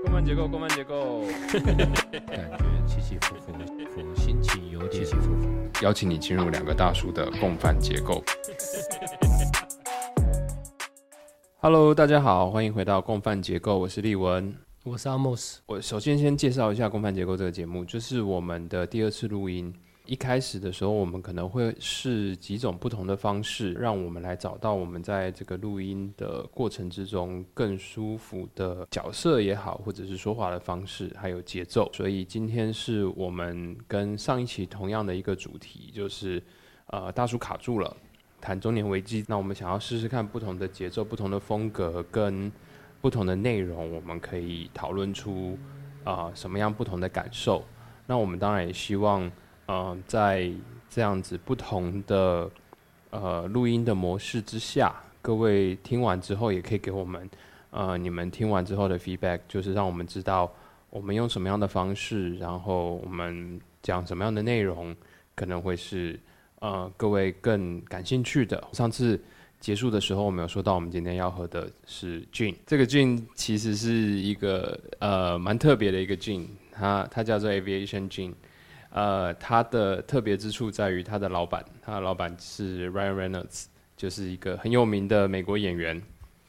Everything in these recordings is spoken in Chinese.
共犯结构，共犯结构， 感觉起起伏伏，心情有点起起伏伏。 邀请你进入两个大叔的共犯结构。Hello， 大家好，欢迎回到共犯结构，我是立文， 我是阿莫斯。 我首先先介绍一下共犯结构这个节目，就是我们的第二次录音。一开始的时候，我们可能会试几种不同的方式，让我们来找到我们在这个录音的过程之中更舒服的角色也好，或者是说话的方式，还有节奏。所以今天是我们跟上一期同样的一个主题，就是大叔卡住了，谈中年危机。那我们想要试试看不同的节奏、不同的风格跟不同的内容，我们可以讨论出什么样不同的感受。那我们当然也希望在这样子不同的录音的模式之下，各位听完之后也可以给我们你们听完之后的 feedback， 就是让我们知道我们用什么样的方式，然后我们讲什么样的内容可能会是各位更感兴趣的。上次结束的时候，我们有说到我们今天要喝的是 gin， 这个 gin 其实是一个蛮特别的一个 gin， 它叫做 Aviation Gin。他的特别之处在于他的老板是 Ryan Reynolds， 就是一个很有名的美国演员。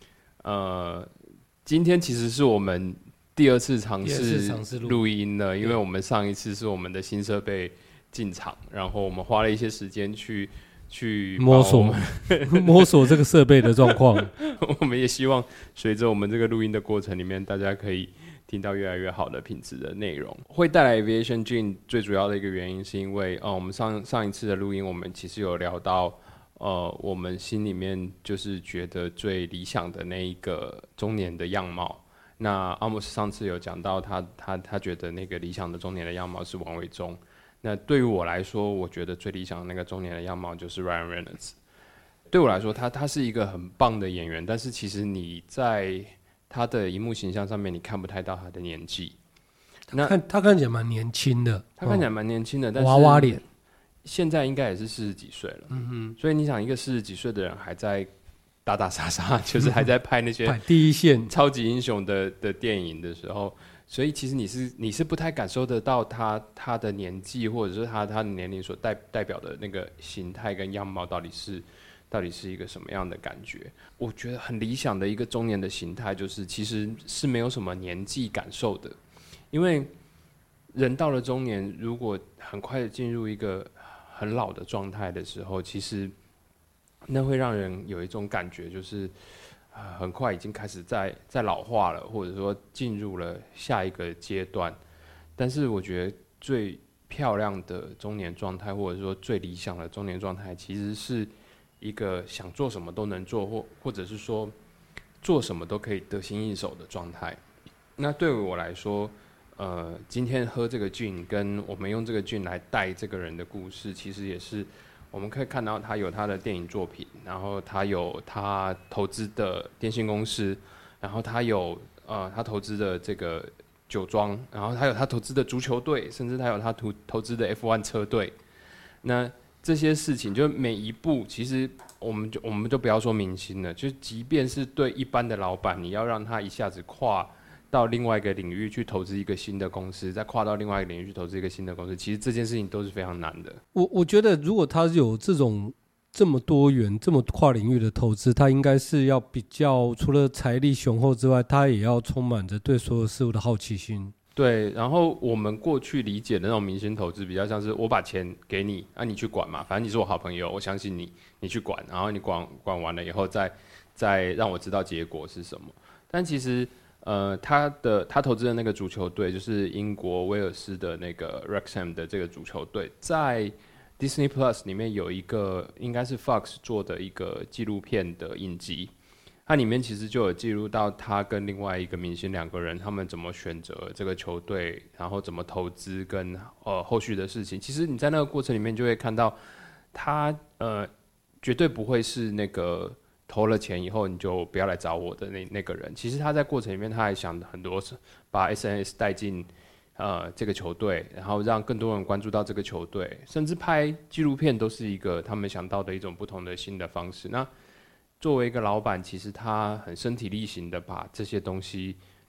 今天其实是我们第二次尝试录音了，因为我们上一次是我们的新设备进场，然后我们花了一些时间去摸索这个设备的状况。 我们也希望随着我们这个录音的过程里面，大家可以听到越来越好的品质的内容。会带来 Aviation Gin 最主要的一个原因是因为我们上一次的录音，我们其实有聊到我们心里面就是觉得最理想的那一个中年的样貌。那阿莫斯上次有讲到他觉得那个理想的中年的样貌是王伟忠。那对于我来说，我觉得最理想的那个中年的样貌就是 Ryan Reynolds。对我来说，他是一个很棒的演员，但是其实你在他的荧幕形象上面，你看不太到他的年纪。 他看起来蛮年轻的， 他看起来蛮年轻的，但是娃娃脸， 现在应该也是40几岁了。所以你想，一个40几岁的人还在打打杀杀，就是还在拍那些第一线超级英雄的电影的时候，所以其实你是不太感受得到他的年纪，或者是他的年龄所代表的那个形态跟样貌到底是一个什么样的感觉。我觉得很理想的一个中年的形态，就是其实是没有什么年纪感受的，因为人到了中年，如果很快的进入一个很老的状态的时候，其实那会让人有一种感觉，就是很快已经开始在老化了，或者说进入了下一个阶段。但是我觉得最漂亮的中年状态，或者说最理想的中年状态，其实是一个想做什么都能做，或者是说做什么都可以得心应手的状态。那对于我来说，今天喝这个 gin， 跟我们用这个 gin 来带这个人的故事，其实也是我们可以看到他有他的电影作品，然后他有他投资的电信公司，然后他有他投资的这个酒庄，然后他有他投资的足球队，甚至他有他投资的 F1 车队。那这些事情，就每一步，其实我们就不要说明星了，就即便是对一般的老板，你要让他一下子跨到另外一个领域去投资一个新的公司，再跨到另外一个领域去投资一个新的公司，其实这件事情都是非常难的。 我觉得如果他有这么多元、这么跨领域的投资，他应该是要比较除了财力雄厚之外，他也要充满着对所有事物的好奇心。 对，然后我们过去理解的那种明星投资，比较像是我把钱给你，你去管嘛，反正你是我好朋友，我相信你，你去管，然后你管完了以后再让我知道结果是什么。但其实他投资的那个足球队，就是英国威尔斯的那个 Wrexham 的这个足球队，在 Disney Plus 里面有一个应该是 Fox 做的一个纪录片的影集。它里面其实就有记录到他跟另外一个明星两个人，他们怎么选择这个球队，然后怎么投资跟后续的事情。其实你在那个过程里面就会看到，他绝对不会是那个投了钱以后你就不要来找我的那个人。其实他在过程里面他还想很多，把 SNS 带进这个球队，然后让更多人关注到这个球队，甚至拍纪录片都是一个他们想到的一种不同的新的方式。那作为一个老板，其实他很身体力行的把这些东西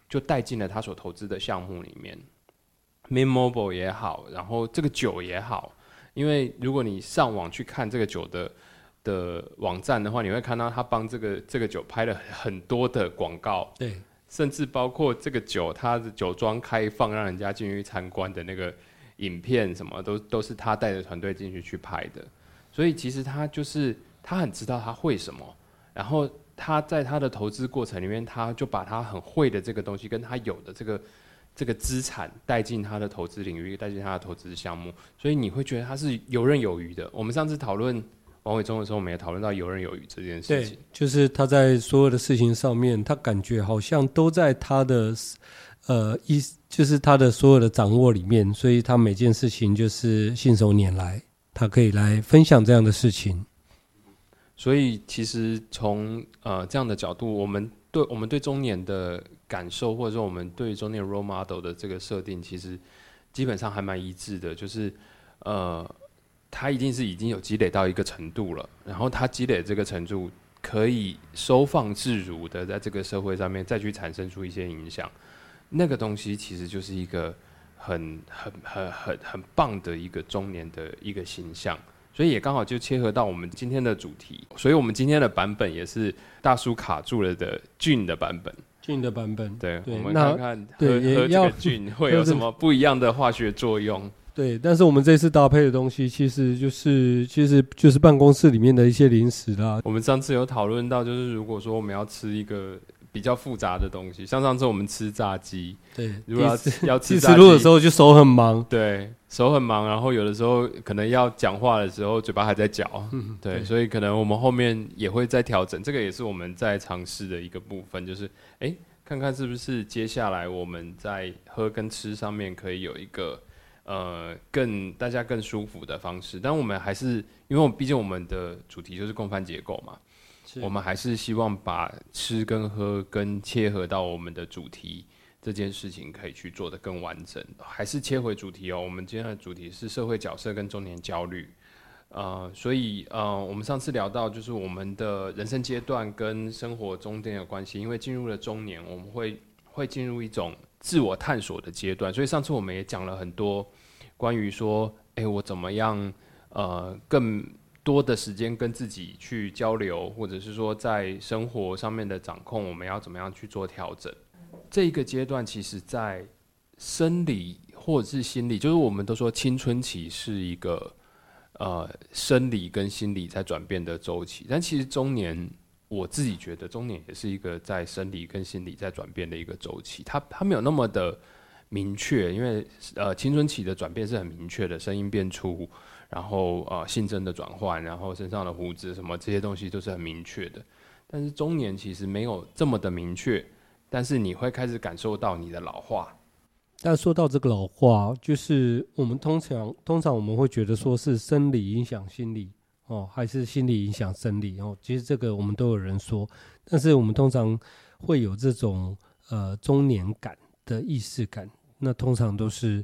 就带进了他所投资的项目里面。Mint Mobile 也好，然后这个酒也好，因为如果你上网去看这个酒的网站的话，你会看到他帮这个酒拍了很多的广告， 对， 甚至包括这个酒它的酒庄开放让人家进去参观的那个影片什么都是他带着团队进去拍的。所以其实他很知道他会什么，然后他在他的投资过程里面，他就把他很会的这个东西跟他有的这个资产带进他的投资领域，带进他的投资项目，所以你会觉得他是游刃有余的。我们上次讨论王伟忠的时候，我们也讨论到游刃有余这件事情。 对，就是他在所有的事情上面，他感觉好像都在他的就是他的所有的掌握里面，所以他每件事情就是信手拈来，他可以来分享这样的事情。 所以其实从这样的角度，我们对中年的感受，或者说我们对中年 role model 的这个设定，其实基本上还蛮一致的，就是他一定是已经有积累到一个程度了，然后他积累这个程度可以收放自如的在这个社会上面再去产生出一些影响，那个东西其实就是一个很棒的一个中年的一个形象。所以也刚好就切合到我们今天的主题，所以我们今天的版本也是大叔卡住了的菌的版本。 菌的版本， 对，我们看看喝这个菌会有什么不一样的化学作用。 对，但是我们这次搭配的东西其实就是办公室里面的一些零食啦。 我们上次有讨论到，就是如果说我们要吃一个比较复杂的东西，像上次我们吃炸鸡， 对， 如果要吃炸鸡录的时候就手很忙， 对，手很忙，然后有的时候可能要讲话的时候嘴巴还在嚼，对，所以可能我们后面也会再调整，这个也是我们在尝试的一个部分，就是看看是不是接下来我们在喝跟吃上面可以有一个大家更舒服的方式，但我们还是因为毕竟我们的主题就是共犯结构嘛，我们还是希望把吃跟喝跟切合到我们的主题这件事情可以去做得更完整。还是切回主题哦，我们今天的主题是社会角色跟中年焦虑。所以我们上次聊到就是我们的人生阶段跟生活中间有关系，因为进入了中年，我们会进入一种自我探索的阶段，所以上次我们也讲了很多关于说，我怎么样更多的时间跟自己去交流，或者是说在生活上面的掌控，我们要怎么样去做调整。这一个阶段其实在生理或者是心理，就是我们都说青春期是一个生理跟心理在转变的周期，但其实中年，我自己觉得中年也是一个在生理跟心理在转变的一个周期，它没有那么的明确，因为青春期的转变是很明确的，声音变粗，然后性征的转换，然后身上的胡子什么这些东西都是很明确的，但是中年其实没有这么的明确，但是你会开始感受到你的老化。 但说到这个老化，就是我们通常我们会觉得说是生理影响心理还是心理影响生理其实这个我们都有人说，但是我们通常会有这种中年感的意识感，那通常都是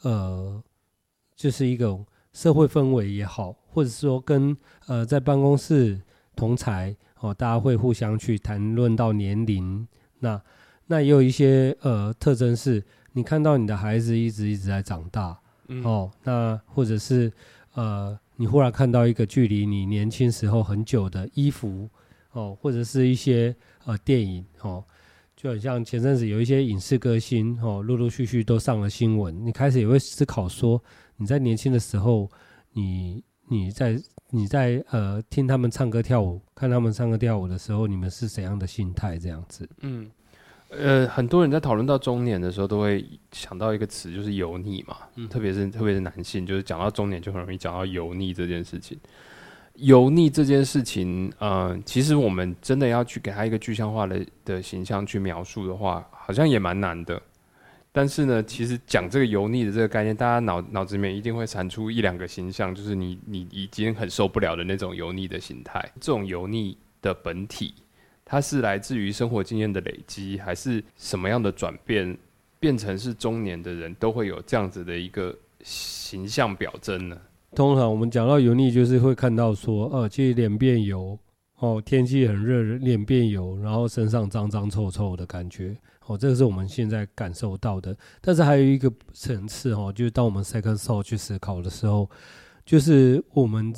就是一种社会氛围也好，或者说跟在办公室同侪大家会互相去谈论到年龄，那也有一些特征是你看到你的孩子一直在长大，那或者是你忽然看到一个距离你年轻时候很久的衣服或者是一些电影就很像前阵子有一些影视歌星陆陆续续都上了新闻，你开始也会思考说你在年轻的时候你在听他们唱歌跳舞，看他们唱歌跳舞的时候，你们是怎样的心态这样子。 很多人在讨论到中年的时候，都会想到一个词，就是油腻嘛。特别是男性，就是讲到中年就很容易讲到油腻这件事情。油腻这件事情，其实我们真的要去给他一个具象化的形象去描述的话，好像也蛮难的。但是呢，其实讲这个油腻的这个概念，大家脑子里面一定会闪出一两个形象，就是你已经很受不了的那种油腻的形态。这种油腻的本体，它是来自于生活经验的累积，还是什么样的转变，变成是中年的人都会有这样子的一个形象表征呢？ 通常我们讲到油腻，就是会看到说，其实脸变油，天气很热，脸变油，然后身上脏脏臭臭的感觉， 这个是我们现在感受到的。但是还有一个层次就是当我们 second soul 去思考的时候，就是我们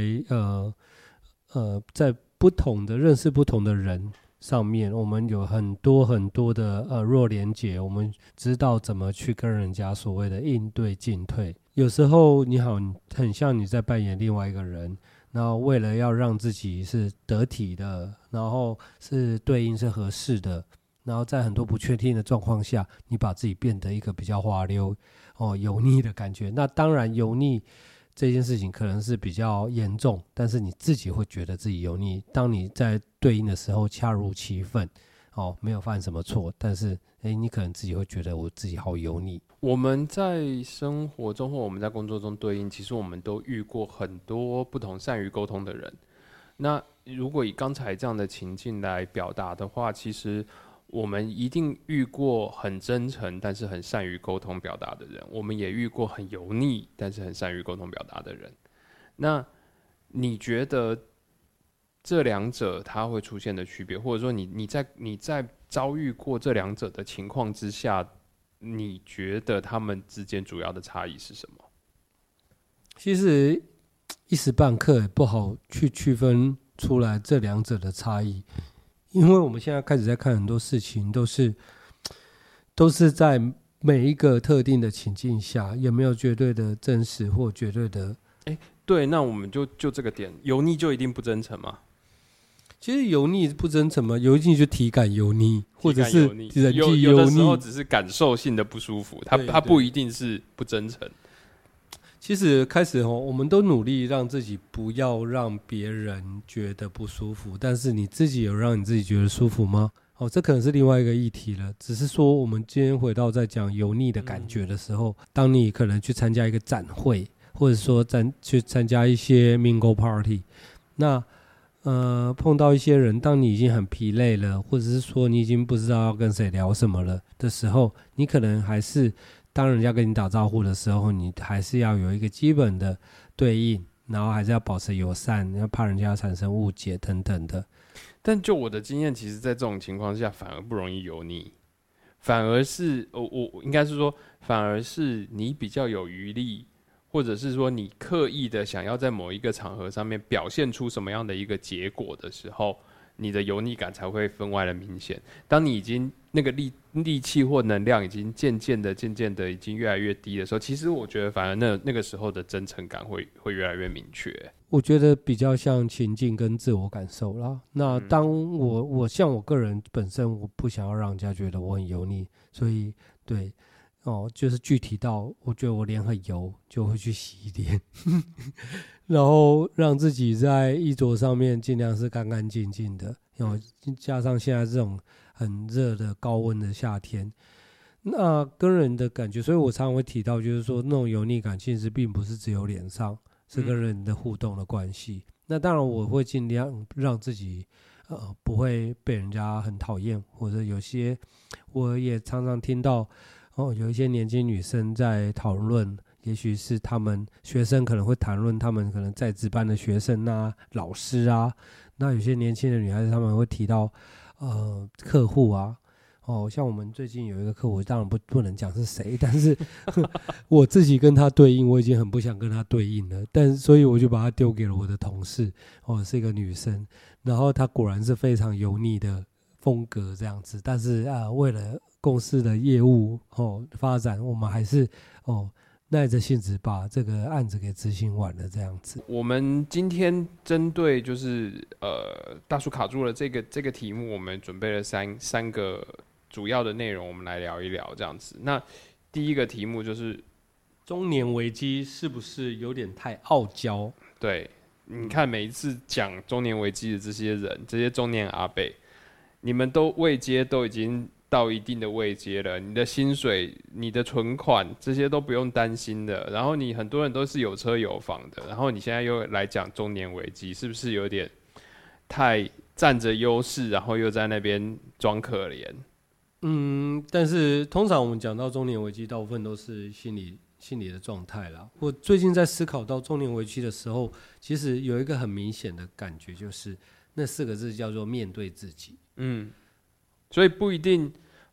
在不同的认识不同的人上面，我们有很多很多的弱连结，我们知道怎么去跟人家所谓的应对进退。有时候你好，很像你在扮演另外一个人，然后为了要让自己是得体的，然后是对应是合适的，然后在很多不确定的状况下，你把自己变得一个比较滑溜油腻的感觉。那当然油腻这件事情可能是比较严重，但是你自己会觉得自己油腻。当你在对应的时候恰如其分没有犯什么错，但是你可能自己会觉得我自己好油腻。 我们在生活中或我们在工作中对应，其实我们都遇过很多不同善于沟通的人。那如果以刚才这样的情境来表达的话，其实我们一定遇过很真诚但是很善于沟通表达的人，我们也遇过很油腻但是很善于沟通表达的人。那你觉得这两者它会出现的区别，或者说你在遭遇过这两者的情况之下，你觉得他们之间主要的差异是什么？ 其实一时半刻也不好去区分出来这两者的差异，因为我们现在开始在看很多事情都是在每一个特定的情境下，有没有绝对的真实或绝对的对，那我们就这个点，油腻就一定不真诚吗？ 其实油腻不真诚嘛，油腻就体感油腻，或者是人际油腻。 有的时候只是感受性的不舒服，它不一定是不真诚。 其实开始我们都努力让自己不要让别人觉得不舒服，但是你自己有让你自己觉得舒服吗？这可能是另外一个议题了。只是说我们今天回到在讲油腻的感觉的时候，当你可能去参加一个展会，或者说去参加一些 mingle party， 那碰到一些人，当你已经很疲累了，或者是说你已经不知道要跟谁聊什么了的时候，你可能还是当人家跟你打招呼的时候，你还是要有一个基本的对应，然后还是要保持友善，要怕人家产生误解等等的。 但就我的经验，其实在这种情况下反而不容易油腻，反而是我应该是说，反而是你比较有余力，或者是说你刻意的想要在某一个场合上面表现出什么样的一个结果的时候，你的油腻感才会分外的明显。当你已经那个力气或能量已经渐渐的已经越来越低的时候，其实我觉得反而那个时候的真诚感会越来越明确。 我觉得比较像情境跟自我感受啦。那当我像我个人本身，我不想要让人家觉得我很油腻，所以对就是具体到我觉得我脸很油，就会去洗脸，然后让自己在衣着上面尽量是干干净净的。加上现在这种很热的高温的夏天，那跟人的感觉，所以我常常会提到，就是说那种油腻感其实并不是只有脸上，是跟人的互动的关系。那当然我会尽量让自己不会被人家很讨厌，或者有些我也常常听到有一些年轻女生在讨论，也许是他们学生可能会谈论他们可能在职班的学生啊、老师啊，那有些年轻的女孩子他们会提到客户啊。像我们最近有一个客户，当然不能讲是谁，但是我自己跟他对应，我已经很不想跟他对应了，但所以我就把他丢给了我的同事，是一个女生，然后她果然是非常油腻的风格这样子，但是为了公司的业务发展，我们还是耐着性子把这个案子给执行完了这样子。 我们今天针对就是大叔卡住了这个题目，我们准备了三个主要的内容，我们来聊一聊这样子。那第一个题目就是中年危机是不是有点太傲娇？ 对，你看每一次讲中年危机的这些人，这些中年阿伯，你们都位阶都已经到一定的位阶了，你的薪水、你的存款这些都不用担心的。然后你很多人都是有车有房的，然后你现在又来讲中年危机，是不是有点太占着优势，然后又在那边装可怜？ 但是通常我们讲到中年危机，大部分都是心理的状态啦。我最近在思考到中年危机的时候，其实有一个很明显的感觉，就是那4个字叫做面对自己。 所以不一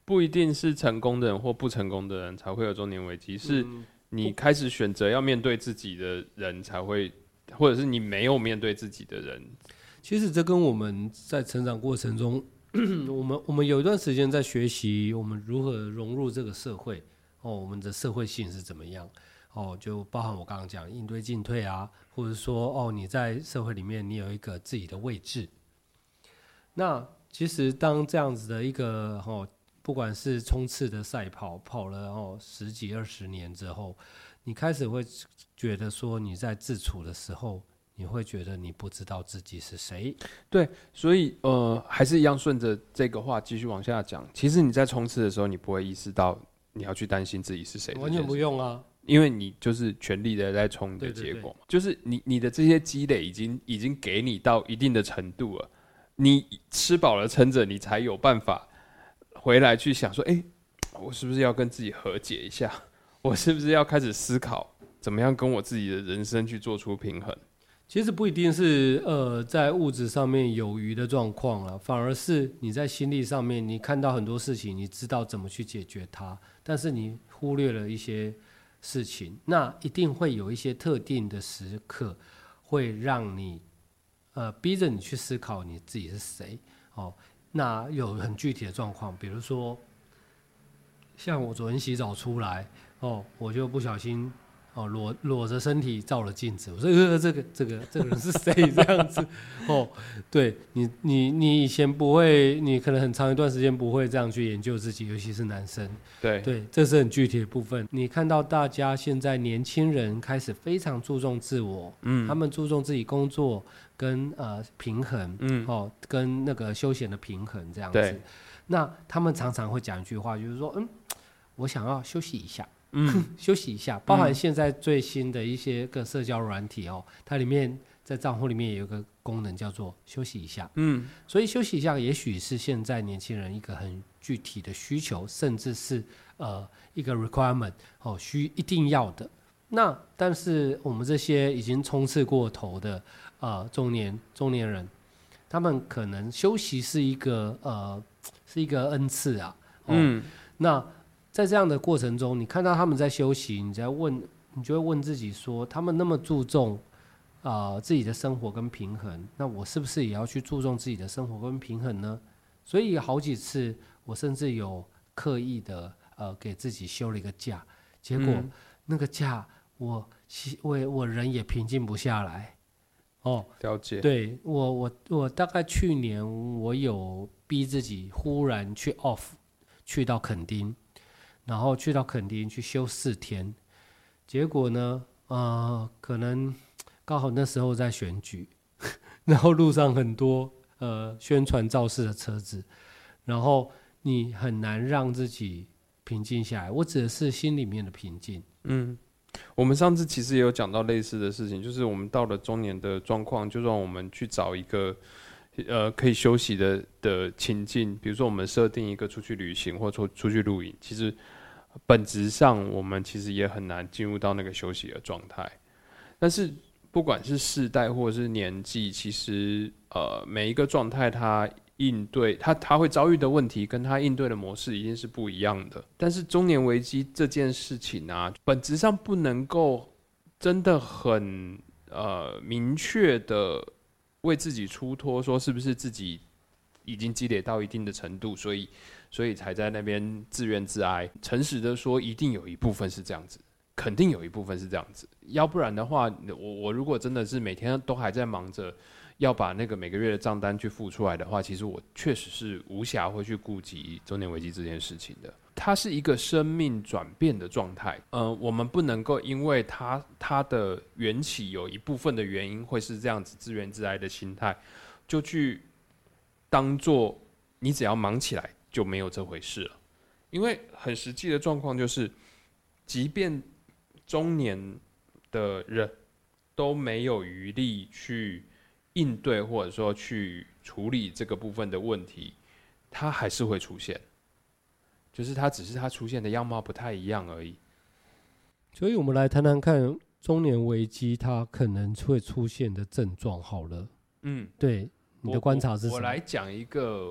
不一定是成功的人或不成功的人才会有中年危机，是你开始选择要面对自己的人才会，或者是你没有面对自己的人。 其实这跟我们在成长过程中，我们有一段时间在学习我们如何融入这个社会，我们的社会性是怎么样，就包含我刚刚讲应对进退啊，或者说你在社会里面你有一个自己的位置。那其实当这样子的一个不管是冲刺的赛跑跑了10几20年之后，你开始会觉得说你在自处的时候，你会觉得你不知道自己是谁。 对，所以还是一样顺着这个话继续往下讲。其实你在冲刺的时候，你不会意识到你要去担心自己是谁， 完全不用啊， 因为你就是全力的在冲的结果嘛。对，就是你的这些积累已经给你到一定的程度了，你吃饱了撑着，你才有办法回来去想说，我是不是要跟自己和解一下？我是不是要开始思考怎么样跟我自己的人生去做出平衡？ 其实不一定是在物质上面有余的状况啊，反而是你在心力上面，你看到很多事情，你知道怎么去解决它，但是你忽略了一些事情，那一定会有一些特定的时刻，会让你逼着你去思考你自己是谁。那有很具体的状况，比如说像我昨天洗澡出来，我就不小心裸着身体照了镜子，我说这个人是谁这样子？对你以前不会，你可能很长一段时间不会这样去研究自己，尤其是男生。对，这是很具体的部分。你看到大家现在年轻人开始非常注重自我，他们注重自己工作跟平衡，跟那个休闲的平衡这样子。那他们常常会讲一句话，就是说，我想要休息一下。休息一下，包含现在最新的一些个社交软体它里面在账户里面有一个功能叫做休息一下。所以休息一下也许是现在年轻人一个很具体的需求，甚至是一个 requirement 一定要的。那但是我们这些已经冲刺过头的中年人，他们可能休息是一个恩赐啊。那在这样的过程中，你看到他们在休息，你就会问自己说，他们那么注重自己的生活跟平衡，那我是不是也要去注重自己的生活跟平衡呢？所以好几次我甚至有刻意的给自己休了一个假，结果那个假我人也平静不下来。 了解。 对，我大概去年我有逼自己忽然去 off， 去到垦丁。然后去到垦丁去休4天，结果呢，可能刚好那时候在选举，然后路上很多宣传造势的车子，然后你很难让自己平静下来。我指的是心里面的平静。 我们上次其实也有讲到类似的事情，就是我们到了中年的状况，就让我们去找一个可以休息的情境，比如说我们设定一个出去旅行或出去露营，其实本质上我们其实也很难进入到那个休息的状态。但是不管是世代或者是年纪，其实每一个状态它应对他会遭遇的问题跟他应对的模式一定是不一样的。但是中年危机这件事情啊，本质上不能够真的很明确的为自己出脱，说是不是自己已经积累到一定的程度，所以才在那边自怨自哀。诚实的说，一定有一部分是这样子，肯定有一部分是这样子。要不然的话，我如果真的是每天都还在忙着要把那个每个月的账单去付出来的话，其实我确实是无暇会去顾及中年危机这件事情的。它是一个生命转变的状态，我们不能够因为它的缘起有一部分的原因会是这样子自怨自哀的心态，就去当做你只要忙起来就没有这回事了。因为很实际的状况就是，即便中年的人都没有余力去应对或者说去处理这个部分的问题，它还是会出现，就是它只是它出现的样貌不太一样而已。 所以我们来谈谈看中年危机它可能会出现的症状好了。对，你的观察是什么？ 我来讲一个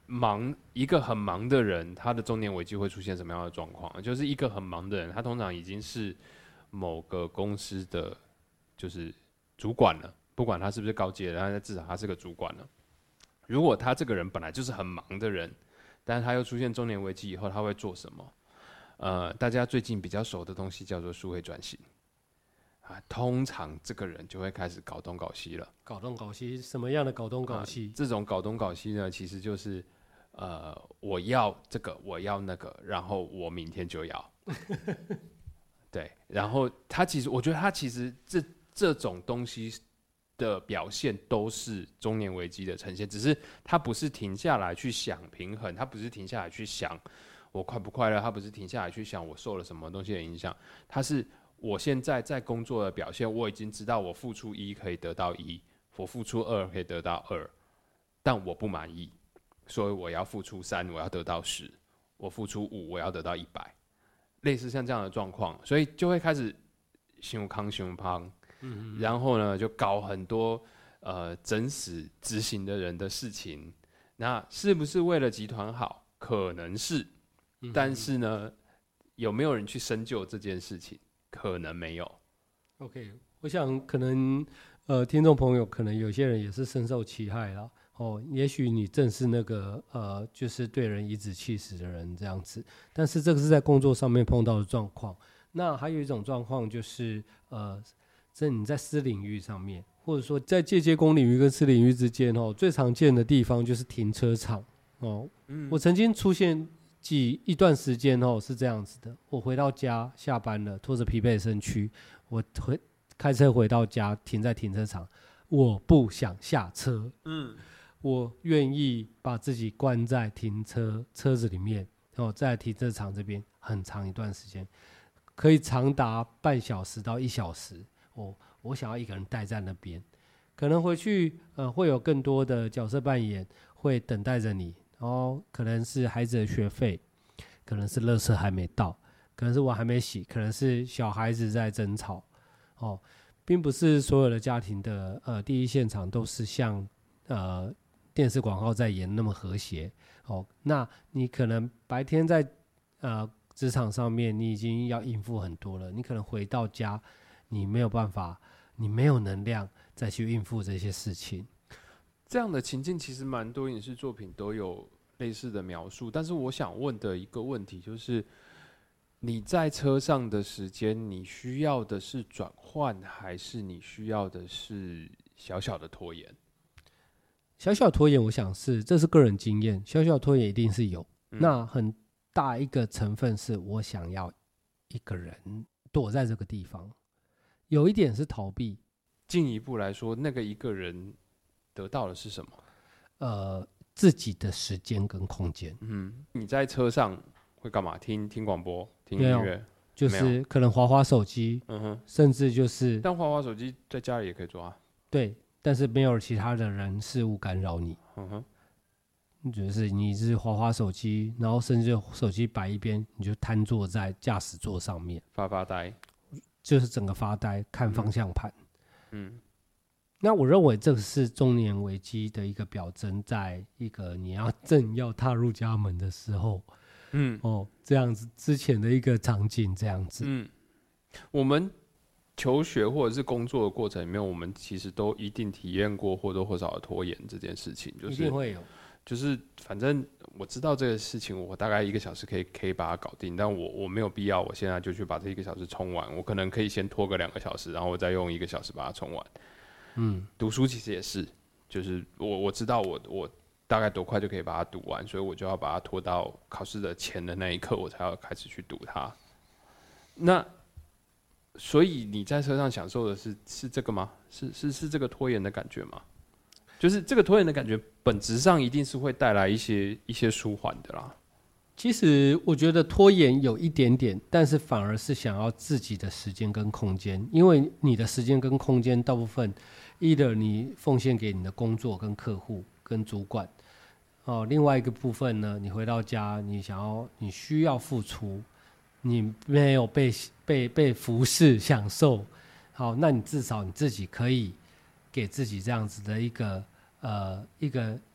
一个很忙的人，他的中年危机会出现什么样的状况？就是一个很忙的人，他通常已经是某个公司的就是主管了，不管他是不是高阶的，但至少他是个主管了。如果他这个人本来就是很忙的人，但是他又出现中年危机以后，他会做什么？大家最近比较熟的东西叫做数位转型啊，通常这个人就会开始搞东搞西了。 搞东搞西，什么样的搞东搞西？ 这种搞东搞西呢，其实就是我要这个，我要那个，然后我明天就要。对，然后我觉得他其实这种东西的表现都是中年危机的呈现，只是他不是停下来去想平衡，他不是停下来去想我快不快乐，他不是停下来去想我受了什么东西的影响，他是我现在在工作的表现，我已经知道我付出1可以得到1，我付出2可以得到2，但我不满意，所以我要付出3，我要得到10，我付出5，我要得到100，类似像这样的状况，所以就会开始想康想胖，然后呢就搞很多整死执行的人的事情，那是不是为了集团好？可能是，但是呢，有没有人去深究这件事情？可能没有。 OK， 我想可能听众朋友可能有些人也是深受其害啦。哦，也许你正是那个就是对人颐指气使的人这样子，但是这个是在工作上面碰到的状况。那还有一种状况就是你在私领域上面，或者说在介公领域跟私领域之间最常见的地方就是停车场哦。我曾经出现一段时间是这样子的，我回到家下班了，拖着疲惫的身躯，我开车回到家，停在停车场，我不想下车，我愿意把自己关在车子里面，在停车场这边很长一段时间，可以长达半小时到1小时。我想要一个人待在那边，可能回去会有更多的角色扮演会等待着你，可能是孩子的学费，可能是垃圾还没到，可能是我还没洗，可能是小孩子在争吵，并不是所有的家庭的第一现场都是像电视广告在演那么和谐。那你可能白天在职场上面你已经要应付很多了，你可能回到家你没有办法，你没有能量再去应付这些事情。 这样的情境其实蛮多影视作品都有类似的描述，但是我想问的一个问题就是，你在车上的时间，你需要的是转换，还是你需要的是小小的拖延？ 小小拖延，我想这是个人经验，小小拖延一定是有，那很大一个成分是我想要一个人躲在这个地方，有一点是逃避。 进一步来说，那个一个人得到的是什么？ 自己的时间跟空间。 你在车上会干嘛？听广播，听音乐， 就是可能滑手机，甚至就是， 但滑手机在家里也可以做啊。 对，但是没有其他的人事物干扰你。就是你是滑手机，然后甚至手机摆一边，你就瘫坐在驾驶座上面发呆， 就是整个发呆看方向盘。那我认为这个是中年危机的一个表征，在一个你正要踏入家门的时候，这样子之前的一个场景，这样子。 我们求学或者是工作的过程里面，我们其实都一定体验过或多或少的拖延这件事情，就是一定会有。 就是反正我知道这个事情，我大概1个小时可以把它搞定，但我没有必要，我现在就去把这1个小时冲完，我可能可以先拖个2个小时，然后我再用1个小时把它冲完。读书其实也是，就是我知道我大概多快就可以把它读完，所以我就要把它拖到考试的前的那一刻，我才要开始去读它。那所以你在车上享受的是这个吗？是这个拖延的感觉吗？就是这个拖延的感觉，本质上一定是会带来一些舒缓的啦。 其实我觉得拖延有一点点，但是反而是想要自己的时间跟空间，因为你的时间跟空间大部分either你奉献给你的工作跟客户跟主管，另外一个部分呢，你回到家你需要付出，你没有被服侍享受，好，那你至少你自己可以给自己这样子的一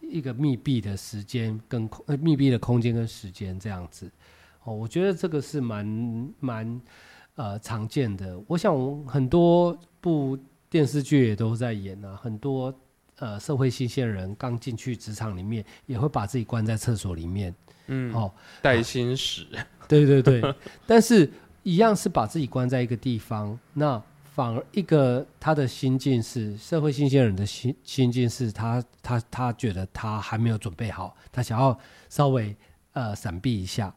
一个密闭的时间跟密闭的空间跟时间这样子。我觉得这个是蛮常见的。我想很多部电视剧也都在演啊，很多社会新鲜人刚进去职场里面，也会把自己关在厕所里面， 带薪屎， 对对对，但是一样是把自己关在一个地方，那反而他的心境是社会新鲜人的心境是他觉得他还没有准备好，他想要稍微闪避一下，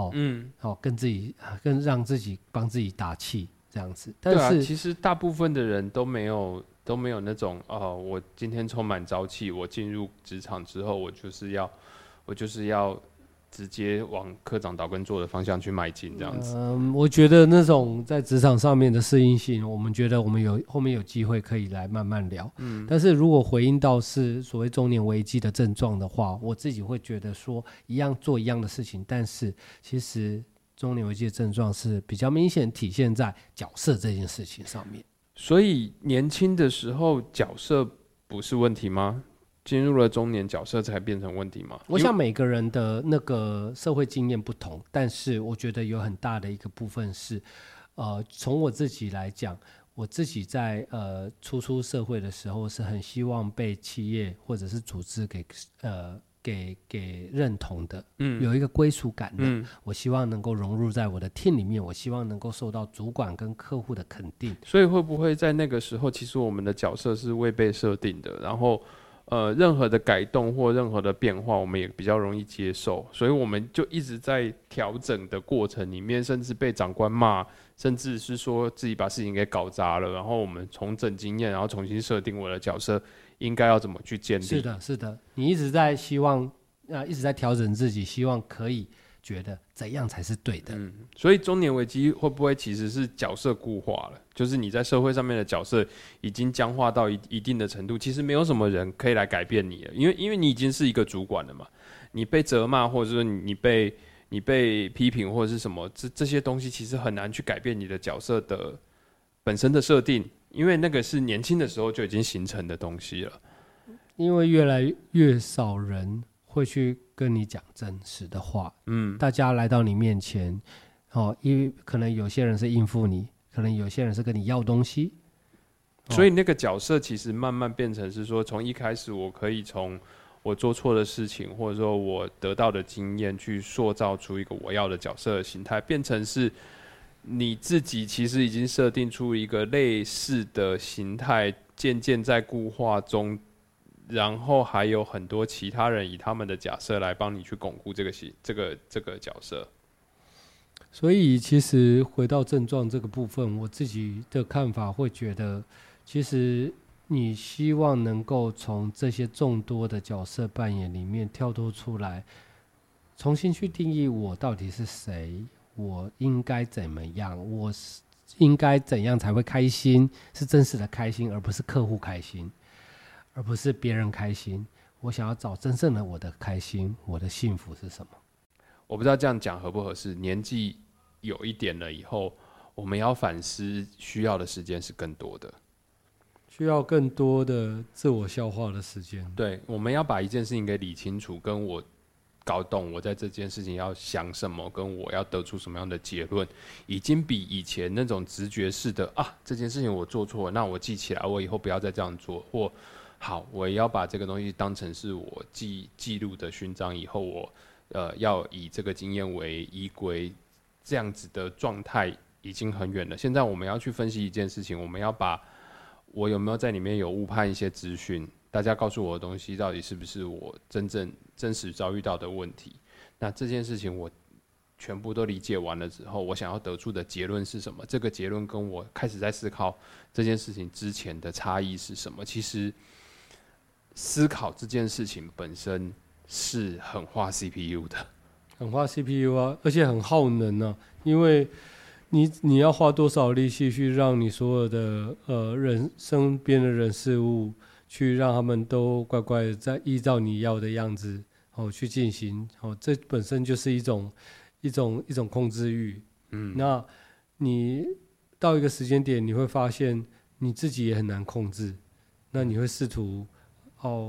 跟让自己帮自己打气这样子。但是、 对啊，其实大部分的人都没有那种我今天充满朝气，我进入职场之后，我就是要直接往科长岛根座的方向去迈进，这样子。 我觉得那种在职场上面的适应性，我们觉得我们后面有机会可以来慢慢聊。但是如果回应到是所谓中年危机的症状的话，我自己会觉得说，一样做一样的事情，但是其实中年危机的症状是比较明显体现在角色这件事情上面。 所以年轻的时候角色不是问题吗？进入了中年，角色才变成问题吗？ 我想每个人的那个社会经验不同，但是我觉得有很大的一个部分是，从我自己来讲，我自己在初出社会的时候是很希望被企业或者是组织给认同的，有一个归属感的，我希望能够融入在我的 team 里面，我希望能够受到主管跟客户的肯定。 所以会不会在那个时候，其实我们的角色是未被设定的，然后任何的改动或任何的变化，我们也比较容易接受，所以我们就一直在调整的过程里面，甚至被长官骂，甚至是说自己把事情给搞砸了，然后我们重整经验，然后重新设定我的角色应该要怎么去建立。 是的，是的，你一直在希望一直在调整自己，希望可以觉得怎样才是对的。 所以中年危机会不会其实是角色固化了？就是你在社会上面的角色已经僵化到一定的程度，其实没有什么人可以来改变你了，因为你已经是一个主管了嘛，你被责骂或者说你被批评或者是什么，这些东西其实很难去改变你的角色的本身的设定，因为那个是年轻的时候就已经形成的东西了。 因为越来越少人会去跟你讲真实的话，大家来到你面前，因为可能有些人是应付你，可能有些人是跟你要东西， 所以那个角色其实慢慢变成是说，从一开始我可以从我做错的事情，或者说我得到的经验，去塑造出一个我要的角色的形态，变成是你自己其实已经设定出一个类似的形态，渐渐在固化中。然后还有很多其他人以他们的假设来帮你去巩固这个角色。 所以其实回到症状这个部分，我自己的看法会觉得，其实你希望能够从这些众多的角色扮演里面跳脱出来，重新去定义我到底是谁，我应该怎么样，我应该怎样才会开心，是真实的开心，而不是客户开心，而不是别人开心。我想要找真正的我的开心，我的幸福是什么？ 我不知道这样讲合不合适。年纪有一点了以后，我们要反思需要的时间是更多的， 需要更多的自我消化的时间。 对，我们要把一件事情给理清楚，跟我搞懂我在这件事情要想什么，跟我要得出什么样的结论，已经比以前那种直觉式的这件事情我做错了，那我记起来，我以后不要再这样做，或好，我也要把这个东西当成是我记录的勋章，以后我要以这个经验为依归，这样子的状态已经很远了。现在我们要去分析一件事情，我们要把我有没有在里面有误判一些资讯，大家告诉我的东西到底是不是我真实遭遇到的问题。那这件事情我全部都理解完了之后，我想要得出的结论是什么？这个结论跟我开始在思考这件事情之前的差异是什么？其实思考这件事情本身是很花 CPU 的， 很花 CPU 啊，而且很耗能啊，因为你要花多少力气去让你所有的人身边的人事物，去让他们都乖乖的在依照你要的样子去进行，这本身就是一种控制欲。那你到一个时间点，你会发现你自己也很难控制，那你会试图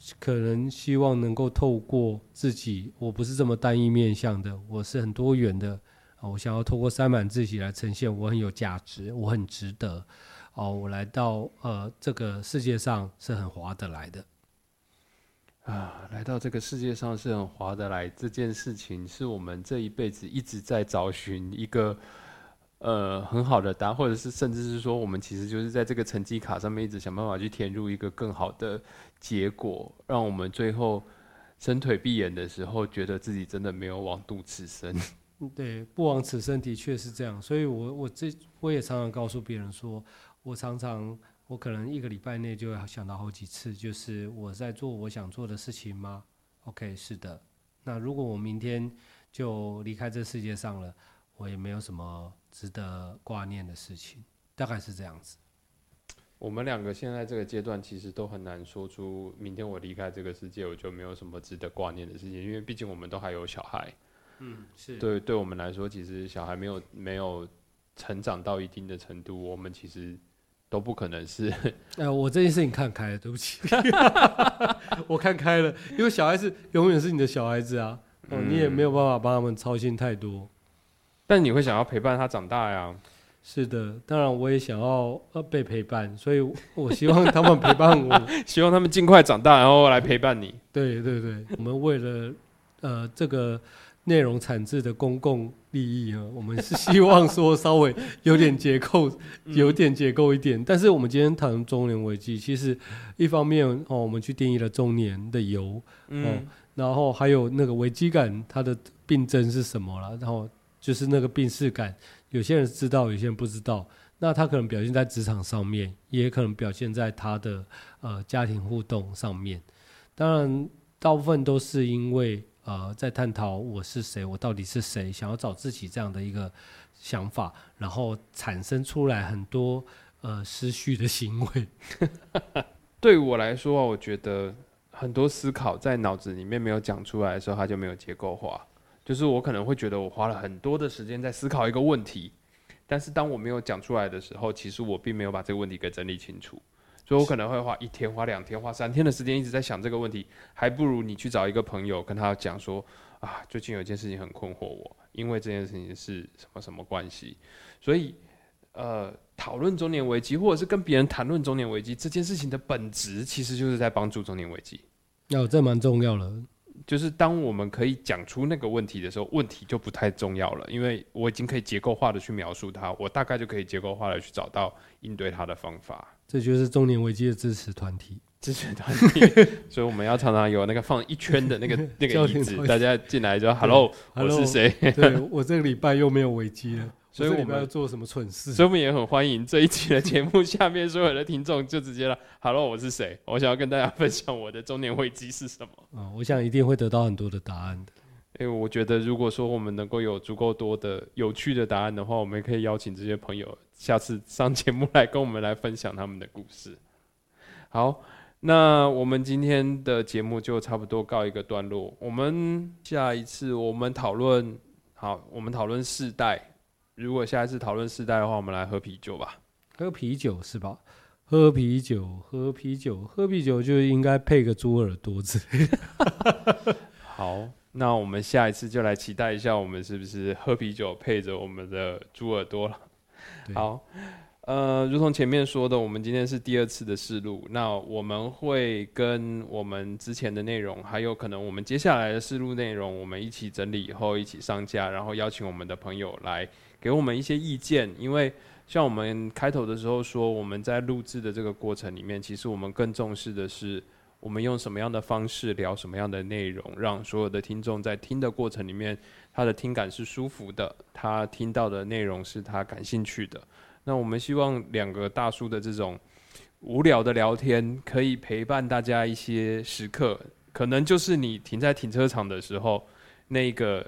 可能希望能够透过自己，我不是这么单一面向的，我是很多元的。我想要透过塞满自己来呈现我很有价值，我很值得。我来到这个世界上是很划得来的。 来到这个世界上是很划得来，这件事情是我们这一辈子一直在找寻一个很好的答案，或者是甚至是说，我们其实就是在这个成绩卡上面一直想办法去填入一个更好的结果，让我们最后伸腿闭眼的时候，觉得自己真的没有枉度此生。 对，不枉此生的确是这样，所以我也常常告诉别人说，我可能1个礼拜内就会想到好几次，就是我在做我想做的事情吗 ？OK， 是的。那如果我明天就离开这世界上了，我也没有什么值得挂念的事情，大概是这样子。 我们2个现在这个阶段，其实都很难说出明天我离开这个世界，我就没有什么值得挂念的事情，因为毕竟我们都还有小孩。 是对我们来说，其实小孩没有成长到一定的程度，我们其实都不可能是。 我这件事情看开了，对不起，我看开了，因为小孩子永远是你的小孩子啊，你也没有办法帮他们操心太多。 但你会想要陪伴他长大呀？ 是的，当然我也想要被陪伴，所以我希望他们陪伴我， 希望他们尽快长大，然后来陪伴你。 对，我们为了这个内容产制的公共利益啊，我们是希望说稍微有点结构，有点结构一点。但是我们今天谈中年危机，其实一方面我们去定义了中年的由，然后还有那个危机感，它的病症是什么了，然后就是那个病识感，有些人知道，有些人不知道。那他可能表现在职场上面，也可能表现在他的家庭互动上面。当然，大部分都是因为在探讨我是谁，我到底是谁，想要找自己这样的一个想法，然后产生出来很多失序的行为。 对我来说，我觉得很多思考在脑子里面没有讲出来的时候，它就没有结构化。就是我可能会觉得我花了很多的时间在思考一个问题，但是当我没有讲出来的时候，其实我并没有把这个问题给整理清楚。所以我可能会花1天、花2天、花3天的时间一直在想这个问题，还不如你去找一个朋友跟他讲说最近有一件事情很困惑我，因为这件事情是什么什么关系。所以讨论中年危机，或者是跟别人谈论中年危机这件事情的本质，其实就是在帮助中年危机。 这蛮重要的。 就是当我们可以讲出那个问题的时候，问题就不太重要了，因为我已经可以结构化的去描述它，我大概就可以结构化的去找到应对它的方法。 这就是中年危机的支持团体。 所以我们要常常有那个放1圈的那个椅子，大家进来就 Hello， 我是谁？ 对，我这个礼拜又没有危机了。 所以我们要做什么蠢事？ 所以我们也很欢迎这一期的节目下面所有的听众就直接了 Hello， 我是谁？我想要跟大家分享我的中年危机是什么。 我想一定会得到很多的答案的。 因为我觉得如果说我们能够有足够多的有趣的答案的话，我们也可以邀请这些朋友下次上节目来跟我们来分享他们的故事。好，那我们今天的节目就差不多告一个段落。我们下一次我们讨论世代。如果下一次讨论世代的话，我们来喝啤酒吧。 喝啤酒是吧？喝啤酒就应该配个猪耳朵之类的。 好，那我们下一次就来期待一下，我们是不是喝啤酒配着我们的猪耳朵了？好，如同前面说的，我们今天是第2次的试录，那我们会跟我们之前的内容，还有可能我们接下来的试录内容，我们一起整理以后一起上架，然后邀请我们的朋友来给我们一些意见。因为像我们开头的时候说，我们在录制的这个过程里面，其实我们更重视的是我们用什么样的方式聊什么样的内容，让所有的听众在听的过程里面，他的听感是舒服的，他听到的内容是他感兴趣的。那我们希望2个大叔的这种无聊的聊天可以陪伴大家一些时刻，可能就是你停在停车场的时候那个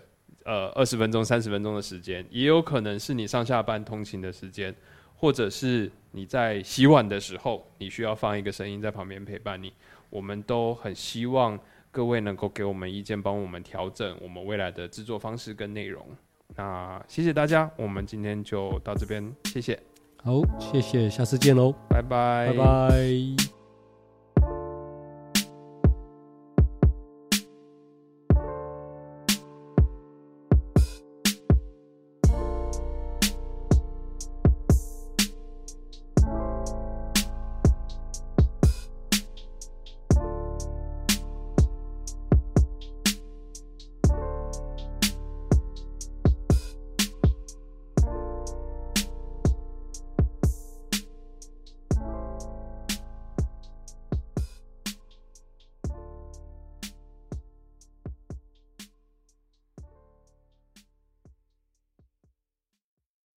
20分钟30分钟的时间，也有可能是你上下班通勤的时间，或者是你在洗碗的时候你需要放一个声音在旁边陪伴你。我们都很希望各位能够给我们意见，帮我们调整我们未来的制作方式跟内容。那谢谢大家，我们今天就到这边，谢谢。 好，谢谢，下次见喽， 拜拜， 拜拜。